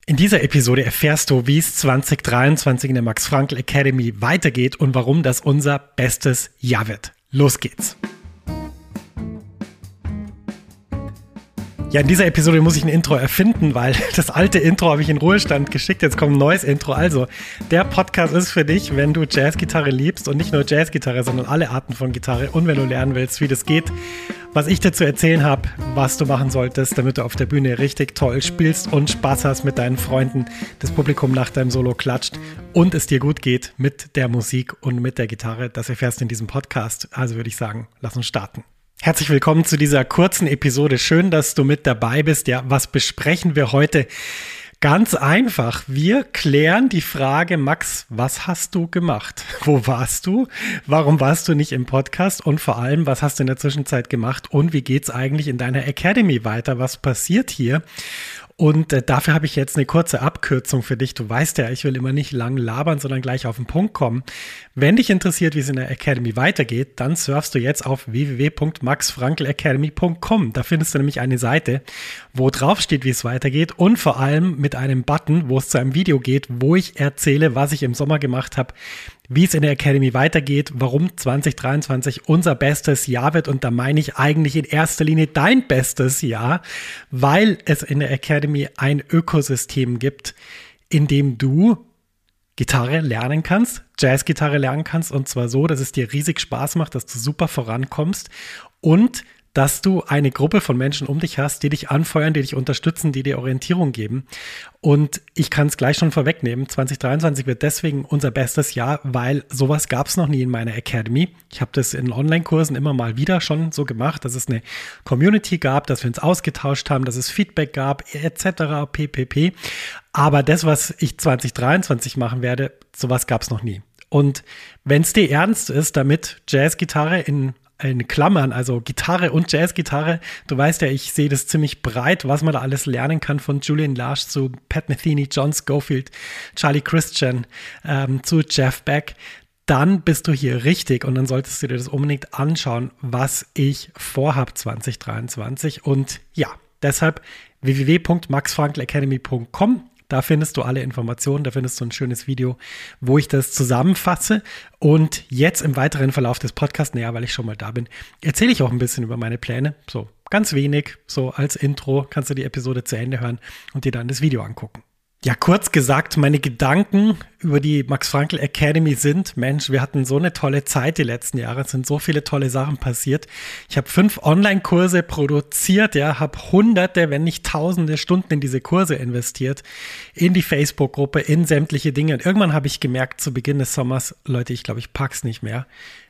In dieser Episode erfährst du, wie es 2023 in der Max Frankl Academy weitergeht und warum das unser bestes Jahr wird. Los geht's! Ja, in dieser Episode muss ich ein Intro erfinden, weil das alte Intro habe ich in Ruhestand geschickt. Jetzt kommt ein neues Intro. Also, der Podcast ist für dich, wenn du Jazzgitarre liebst und nicht nur Jazzgitarre, sondern alle Arten von Gitarre und wenn du lernen willst, wie das geht, was ich dir zu erzählen habe, was du machen solltest, damit du auf der Bühne richtig toll spielst und Spaß hast mit deinen Freunden, das Publikum nach deinem Solo klatscht und es dir gut geht mit der Musik und mit der Gitarre. Das erfährst du in diesem Podcast. Also würde ich sagen, lass uns starten. Herzlich willkommen zu dieser kurzen Episode. Schön, dass du mit dabei bist. Ja, was besprechen wir heute? Ganz einfach. Wir klären die Frage, Max, was hast du gemacht? Wo warst du? Warum warst du nicht im Podcast? Und vor allem, was hast du in der Zwischenzeit gemacht? Und wie geht's eigentlich in deiner Academy weiter? Was passiert hier? Und dafür habe ich jetzt eine kurze Abkürzung für dich. Du weißt ja, ich will immer nicht lang labern, sondern gleich auf den Punkt kommen. Wenn dich interessiert, wie es in der Academy weitergeht, dann surfst du jetzt auf www.maxfranklacademy.com. Da findest du nämlich eine Seite, wo drauf steht, wie es weitergeht und vor allem mit einem Button, wo es zu einem Video geht, wo ich erzähle, was ich im Sommer gemacht habe, wie es in der Academy weitergeht, warum 2023 unser bestes Jahr wird. Und da meine ich eigentlich in erster Linie dein bestes Jahr, weil es in der Academy ein Ökosystem gibt, in dem du Gitarre lernen kannst, Jazzgitarre lernen kannst und zwar so, dass es dir riesig Spaß macht, dass du super vorankommst und dass du eine Gruppe von Menschen um dich hast, die dich anfeuern, die dich unterstützen, die dir Orientierung geben. Und ich kann es gleich schon vorwegnehmen, 2023 wird deswegen unser bestes Jahr, weil sowas gab es noch nie in meiner Academy. Ich habe das in Online-Kursen immer mal wieder schon so gemacht, dass es eine Community gab, dass wir uns ausgetauscht haben, dass es Feedback gab, etc. pp. Aber das, was ich 2023 machen werde, sowas gab es noch nie. Und wenn es dir ernst ist, damit Jazzgitarre in Klammern, also Gitarre und Jazzgitarre. Du weißt ja, ich sehe das ziemlich breit, was man da alles lernen kann, von Julian Lage zu Pat Metheny, John Scofield, Charlie Christian, zu Jeff Beck. Dann bist du hier richtig und dann solltest du dir das unbedingt anschauen, was ich vorhab 2023. Und ja, deshalb www.maxfranklacademy.com. Da findest du alle Informationen, da findest du ein schönes Video, wo ich das zusammenfasse. Und jetzt im weiteren Verlauf des Podcasts, weil ich schon mal da bin, erzähle ich auch ein bisschen über meine Pläne. So ganz wenig, so als Intro kannst du die Episode zu Ende hören und dir dann das Video angucken. Ja, kurz gesagt, meine Gedanken über die Max Frankl Academy sind, Mensch, wir hatten so eine tolle Zeit die letzten Jahre, es sind so viele tolle Sachen passiert. Ich habe 5 Online-Kurse produziert, habe hunderte, wenn nicht tausende Stunden in diese Kurse investiert, in die Facebook-Gruppe, in sämtliche Dinge. Und irgendwann habe ich gemerkt, zu Beginn des Sommers, Leute, ich glaube, ich pack's nicht mehr.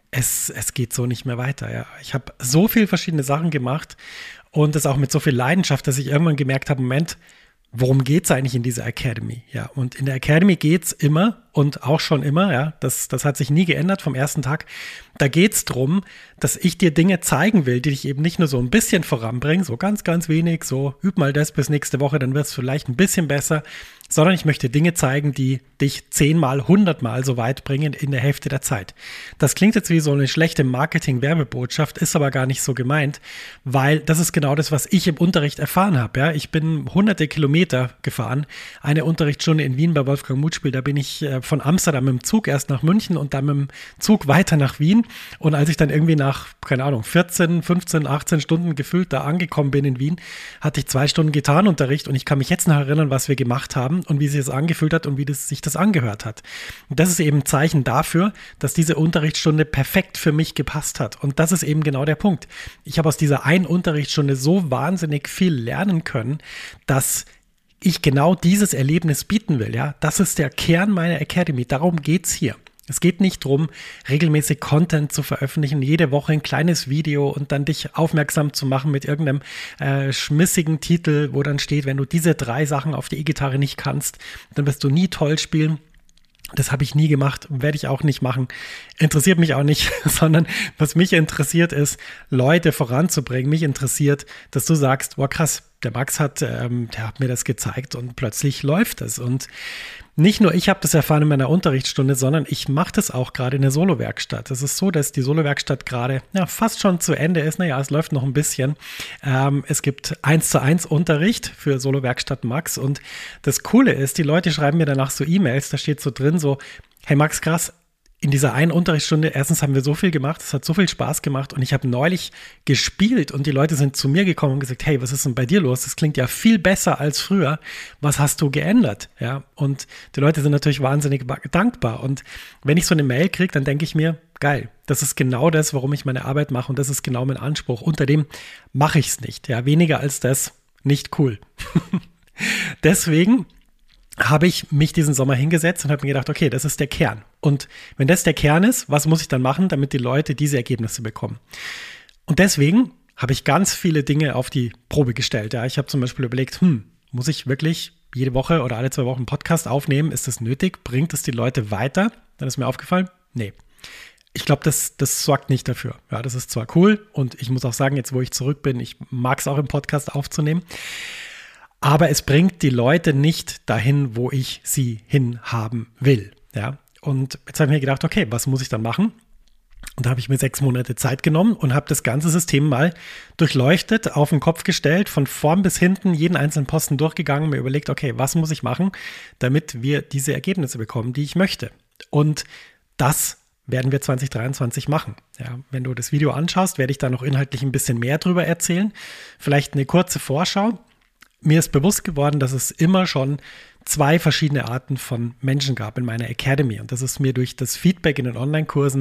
Es geht so nicht mehr weiter. Ja. Ich habe so viele verschiedene Sachen gemacht und das auch mit so viel Leidenschaft, dass ich irgendwann gemerkt habe, Moment, worum geht's eigentlich in dieser Academy? Ja, und in der Academy geht's immer und auch schon immer, ja, das hat sich nie geändert vom ersten Tag. Da geht's drum, dass ich dir Dinge zeigen will, die dich eben nicht nur so ein bisschen voranbringen, so ganz, ganz wenig, so üb mal das bis nächste Woche, dann wird's vielleicht ein bisschen besser, sondern ich möchte Dinge zeigen, die dich 10-mal, 100-mal so weit bringen in der Hälfte der Zeit. Das klingt jetzt wie so eine schlechte Marketing-Werbebotschaft, ist aber gar nicht so gemeint, weil das ist genau das, was ich im Unterricht erfahren habe. Ja. Ich bin hunderte Kilometer gefahren, eine Unterrichtsstunde in Wien bei Wolfgang Mutspiel, da bin ich von Amsterdam mit dem Zug erst nach München und dann mit dem Zug weiter nach Wien. Und als ich dann irgendwie nach, 14, 15, 18 Stunden gefühlt da angekommen bin in Wien, hatte ich 2 Stunden Gitarrenunterricht und ich kann mich jetzt noch erinnern, was wir gemacht haben und wie sich das angefühlt hat und wie sich das angehört hat. Und das ist eben ein Zeichen dafür, dass diese Unterrichtsstunde perfekt für mich gepasst hat. Und das ist eben genau der Punkt. Ich habe aus dieser einen Unterrichtsstunde so wahnsinnig viel lernen können, dass ich genau dieses Erlebnis bieten will. Ja, das ist der Kern meiner Academy. Darum geht's hier. Es geht nicht darum, regelmäßig Content zu veröffentlichen, jede Woche ein kleines Video und dann dich aufmerksam zu machen mit irgendeinem schmissigen Titel, wo dann steht, wenn du diese 3 Sachen auf der E-Gitarre nicht kannst, dann wirst du nie toll spielen. Das habe ich nie gemacht, werde ich auch nicht machen. Interessiert mich auch nicht, sondern was mich interessiert ist, Leute voranzubringen. Mich interessiert, dass du sagst, boah krass, Der Max der hat mir das gezeigt und plötzlich läuft es. Und nicht nur ich habe das erfahren in meiner Unterrichtsstunde, sondern ich mache das auch gerade in der Solo-Werkstatt. Es ist so, dass die Solo-Werkstatt gerade fast schon zu Ende ist. Naja, es läuft noch ein bisschen. Es gibt 1:1 Unterricht für Solo-Werkstatt Max. Und das Coole ist, die Leute schreiben mir danach so E-Mails, da steht so drin so, hey Max, krass, in dieser einen Unterrichtsstunde, erstens haben wir so viel gemacht, es hat so viel Spaß gemacht und ich habe neulich gespielt und die Leute sind zu mir gekommen und gesagt, hey, was ist denn bei dir los? Das klingt ja viel besser als früher. Was hast du geändert? Ja, und die Leute sind natürlich wahnsinnig dankbar. Und wenn ich so eine Mail kriege, dann denke ich mir, geil, das ist genau das, warum ich meine Arbeit mache und das ist genau mein Anspruch. Unter dem mache ich es nicht. Ja, weniger als das, nicht cool. Deswegen habe ich mich diesen Sommer hingesetzt und habe mir gedacht, okay, das ist der Kern. Und wenn das der Kern ist, was muss ich dann machen, damit die Leute diese Ergebnisse bekommen? Und deswegen habe ich ganz viele Dinge auf die Probe gestellt. Ja, ich habe zum Beispiel überlegt, muss ich wirklich jede Woche oder alle 2 Wochen einen Podcast aufnehmen? Ist das nötig? Bringt es die Leute weiter? Dann ist mir aufgefallen, nee. Ich glaube, das sorgt nicht dafür. Ja, das ist zwar cool und ich muss auch sagen, jetzt wo ich zurück bin, ich mag es auch im Podcast aufzunehmen. Aber es bringt die Leute nicht dahin, wo ich sie hinhaben will. Ja? Und jetzt habe ich mir gedacht, okay, was muss ich dann machen? Und da habe ich mir 6 Monate Zeit genommen und habe das ganze System mal durchleuchtet, auf den Kopf gestellt, von vorn bis hinten, jeden einzelnen Posten durchgegangen, mir überlegt, okay, was muss ich machen, damit wir diese Ergebnisse bekommen, die ich möchte. Und das werden wir 2023 machen. Ja, wenn du das Video anschaust, werde ich da noch inhaltlich ein bisschen mehr drüber erzählen. Vielleicht eine kurze Vorschau. Mir ist bewusst geworden, dass es immer schon 2 verschiedene Arten von Menschen gab in meiner Academy. Und das ist mir durch das Feedback in den Online-Kursen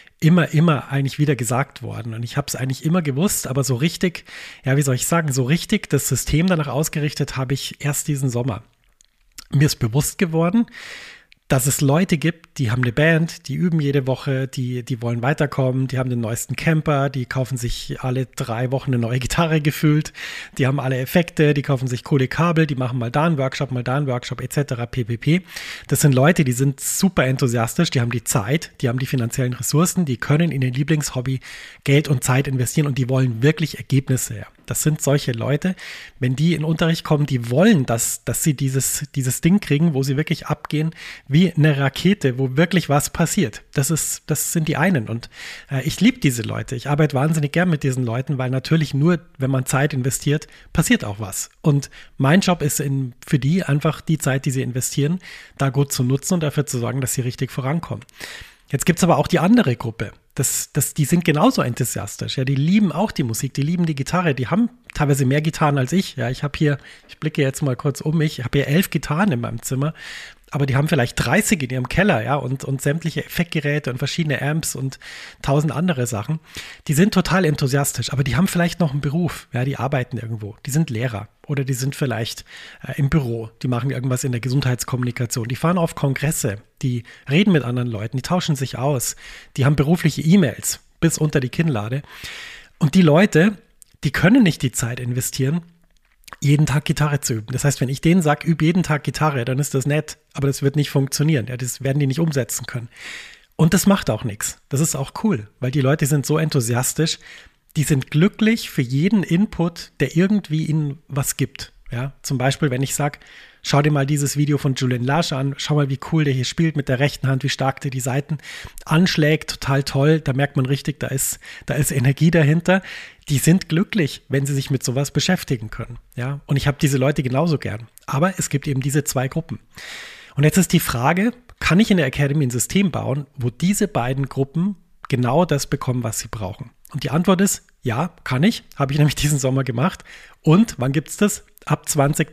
immer eigentlich wieder gesagt worden. Und ich habe es eigentlich immer gewusst, aber so richtig, ja, wie soll ich sagen, so richtig das System danach ausgerichtet habe ich erst diesen Sommer. Mir ist bewusst geworden, dass es Leute gibt, die haben eine Band, die üben jede Woche, die wollen weiterkommen, die haben den neuesten Camper, die kaufen sich alle 3 Wochen eine neue Gitarre gefühlt, die haben alle Effekte, die kaufen sich coole Kabel, die machen mal da einen Workshop etc. pp. Das sind Leute, die sind super enthusiastisch, die haben die Zeit, die haben die finanziellen Ressourcen, die können in ihr Lieblingshobby Geld und Zeit investieren und die wollen wirklich Ergebnisse her. Das sind solche Leute, wenn die in Unterricht kommen, die wollen, dass sie dieses Ding kriegen, wo sie wirklich abgehen wie eine Rakete, wo wirklich was passiert. Das sind die einen und ich liebe diese Leute. Ich arbeite wahnsinnig gern mit diesen Leuten, weil natürlich nur, wenn man Zeit investiert, passiert auch was. Und mein Job ist für die einfach die Zeit, die sie investieren, da gut zu nutzen und dafür zu sorgen, dass sie richtig vorankommen. Jetzt gibt es aber auch die andere Gruppe. Die sind genauso enthusiastisch. Ja, die lieben auch die Musik, die lieben die Gitarre. Die haben teilweise mehr Gitarren als ich. Ja, ich blicke jetzt mal kurz um mich. Ich habe hier 11 Gitarren in meinem Zimmer. Aber die haben vielleicht 30 in ihrem Keller, ja, und sämtliche Effektgeräte und verschiedene Amps und 1000 andere Sachen. Die sind total enthusiastisch, aber die haben vielleicht noch einen Beruf, ja, die arbeiten irgendwo, die sind Lehrer oder die sind vielleicht im Büro, die machen irgendwas in der Gesundheitskommunikation, die fahren auf Kongresse, die reden mit anderen Leuten, die tauschen sich aus, die haben berufliche E-Mails bis unter die Kinnlade. Und die Leute, die können nicht die Zeit investieren, jeden Tag Gitarre zu üben. Das heißt, wenn ich denen sage, übe jeden Tag Gitarre, dann ist das nett, aber das wird nicht funktionieren. Ja, das werden die nicht umsetzen können. Und das macht auch nichts. Das ist auch cool, weil die Leute sind so enthusiastisch, die sind glücklich für jeden Input, der irgendwie ihnen was gibt. Ja, zum Beispiel, wenn ich sage, schau dir mal dieses Video von Julian Lage an, schau mal, wie cool der hier spielt mit der rechten Hand, wie stark der die Saiten anschlägt, total toll, da merkt man richtig, da ist Energie dahinter. Die sind glücklich, wenn sie sich mit sowas beschäftigen können. Ja, und ich habe diese Leute genauso gern. Aber es gibt eben diese 2 Gruppen. Und jetzt ist die Frage, kann ich in der Academy ein System bauen, wo diese beiden Gruppen genau das bekommen, was sie brauchen? Und die Antwort ist, ja, kann ich. Habe ich nämlich diesen Sommer gemacht. Und wann gibt es das? Ab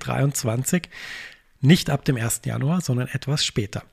2023. Nicht ab dem 1. Januar, sondern etwas später.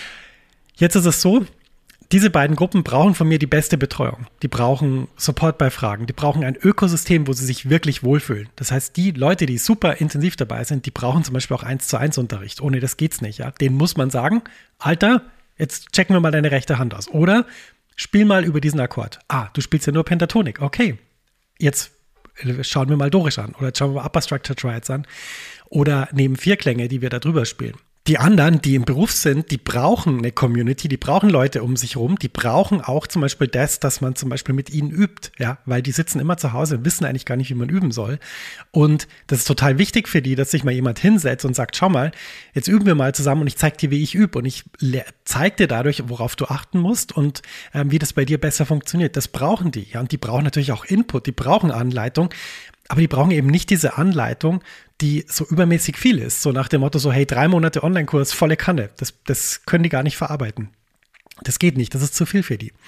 Jetzt ist es so, diese beiden Gruppen brauchen von mir die beste Betreuung. Die brauchen Support bei Fragen. Die brauchen ein Ökosystem, wo sie sich wirklich wohlfühlen. Das heißt, die Leute, die super intensiv dabei sind, die brauchen zum Beispiel auch 1:1 Unterricht. Ohne das geht's nicht. Ja? Denen muss man sagen, Alter, jetzt checken wir mal deine rechte Hand aus. Oder spiel mal über diesen Akkord. Ah, du spielst ja nur Pentatonik. Okay, jetzt schauen wir mal Dorisch an. Oder schauen wir mal Upper Structure Triads an. Oder nehmen Vierklänge, die wir da drüber spielen. Die anderen, die im Beruf sind, die brauchen eine Community, die brauchen Leute um sich rum, die brauchen auch zum Beispiel das, dass man zum Beispiel mit ihnen übt, ja, weil die sitzen immer zu Hause und wissen eigentlich gar nicht, wie man üben soll. Und das ist total wichtig für die, dass sich mal jemand hinsetzt und sagt, schau mal, jetzt üben wir mal zusammen und ich zeige dir, wie ich übe und ich zeige dir dadurch, worauf du achten musst und wie das bei dir besser funktioniert. Das brauchen die, ja, und die brauchen natürlich auch Input, die brauchen Anleitung. Aber die brauchen eben nicht diese Anleitung, die so übermäßig viel ist. So nach dem Motto so, hey, 3 Monate Online-Kurs, volle Kanne. Das können die gar nicht verarbeiten. Das geht nicht, das ist zu viel für die.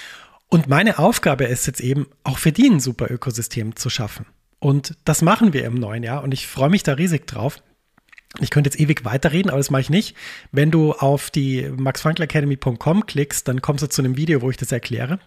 Und meine Aufgabe ist jetzt eben, auch für die ein super Ökosystem zu schaffen. Und das machen wir im neuen Jahr und ich freue mich da riesig drauf. Ich könnte jetzt ewig weiterreden, aber das mache ich nicht. Wenn du auf die maxfrankelacademy.com klickst, dann kommst du zu einem Video, wo ich das erkläre.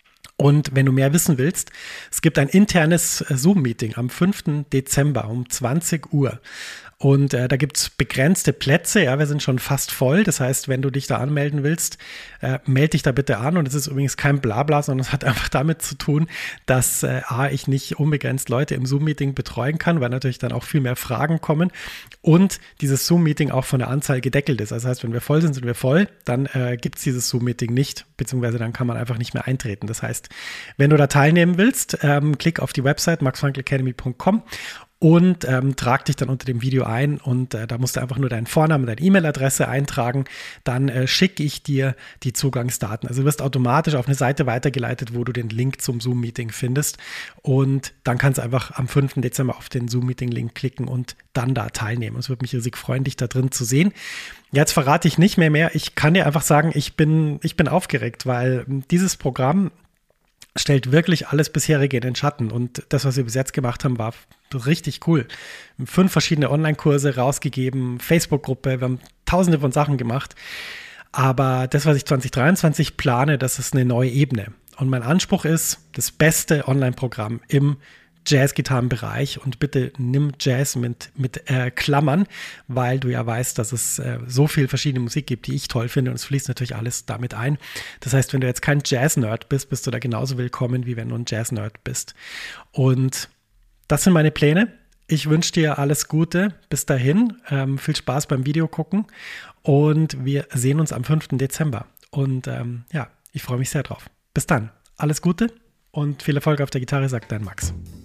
Und wenn du mehr wissen willst, es gibt ein internes Zoom-Meeting am 5. Dezember um 20 Uhr. Und da gibt es begrenzte Plätze, ja, wir sind schon fast voll. Das heißt, wenn du dich da anmelden willst, melde dich da bitte an. Und es ist übrigens kein Blabla, sondern es hat einfach damit zu tun, dass ich nicht unbegrenzt Leute im Zoom-Meeting betreuen kann, weil natürlich dann auch viel mehr Fragen kommen. Und dieses Zoom-Meeting auch von der Anzahl gedeckelt ist. Das heißt, wenn wir voll sind, sind wir voll, dann gibt es dieses Zoom-Meeting nicht, beziehungsweise dann kann man einfach nicht mehr eintreten. Das heißt, wenn du da teilnehmen willst, klick auf die Website maxfrankelacademy.com und trag dich dann unter dem Video ein und da musst du einfach nur deinen Vornamen, deine E-Mail-Adresse eintragen, dann schicke ich dir die Zugangsdaten. Also du wirst automatisch auf eine Seite weitergeleitet, wo du den Link zum Zoom-Meeting findest und dann kannst du einfach am 5. Dezember auf den Zoom-Meeting-Link klicken und dann da teilnehmen. Es würde mich riesig freuen, dich da drin zu sehen. Jetzt verrate ich nicht mehr. Ich kann dir einfach sagen, ich bin aufgeregt, weil dieses Programm stellt wirklich alles bisherige in den Schatten. Und das, was wir bis jetzt gemacht haben, war richtig cool. Wir haben 5 verschiedene Online-Kurse rausgegeben, Facebook-Gruppe, wir haben tausende von Sachen gemacht. Aber das, was ich 2023 plane, das ist eine neue Ebene. Und mein Anspruch ist, das beste Online-Programm im Jazz-Gitarrenbereich und bitte nimm Jazz mit Klammern, weil du ja weißt, dass es so viel verschiedene Musik gibt, die ich toll finde und es fließt natürlich alles damit ein. Das heißt, wenn du jetzt kein Jazz-Nerd bist, bist du da genauso willkommen, wie wenn du ein Jazz-Nerd bist. Und das sind meine Pläne. Ich wünsche dir alles Gute. Bis dahin, viel Spaß beim Video gucken und wir sehen uns am 5. Dezember. Und ich freue mich sehr drauf. Bis dann. Alles Gute und viel Erfolg auf der Gitarre, sagt dein Max.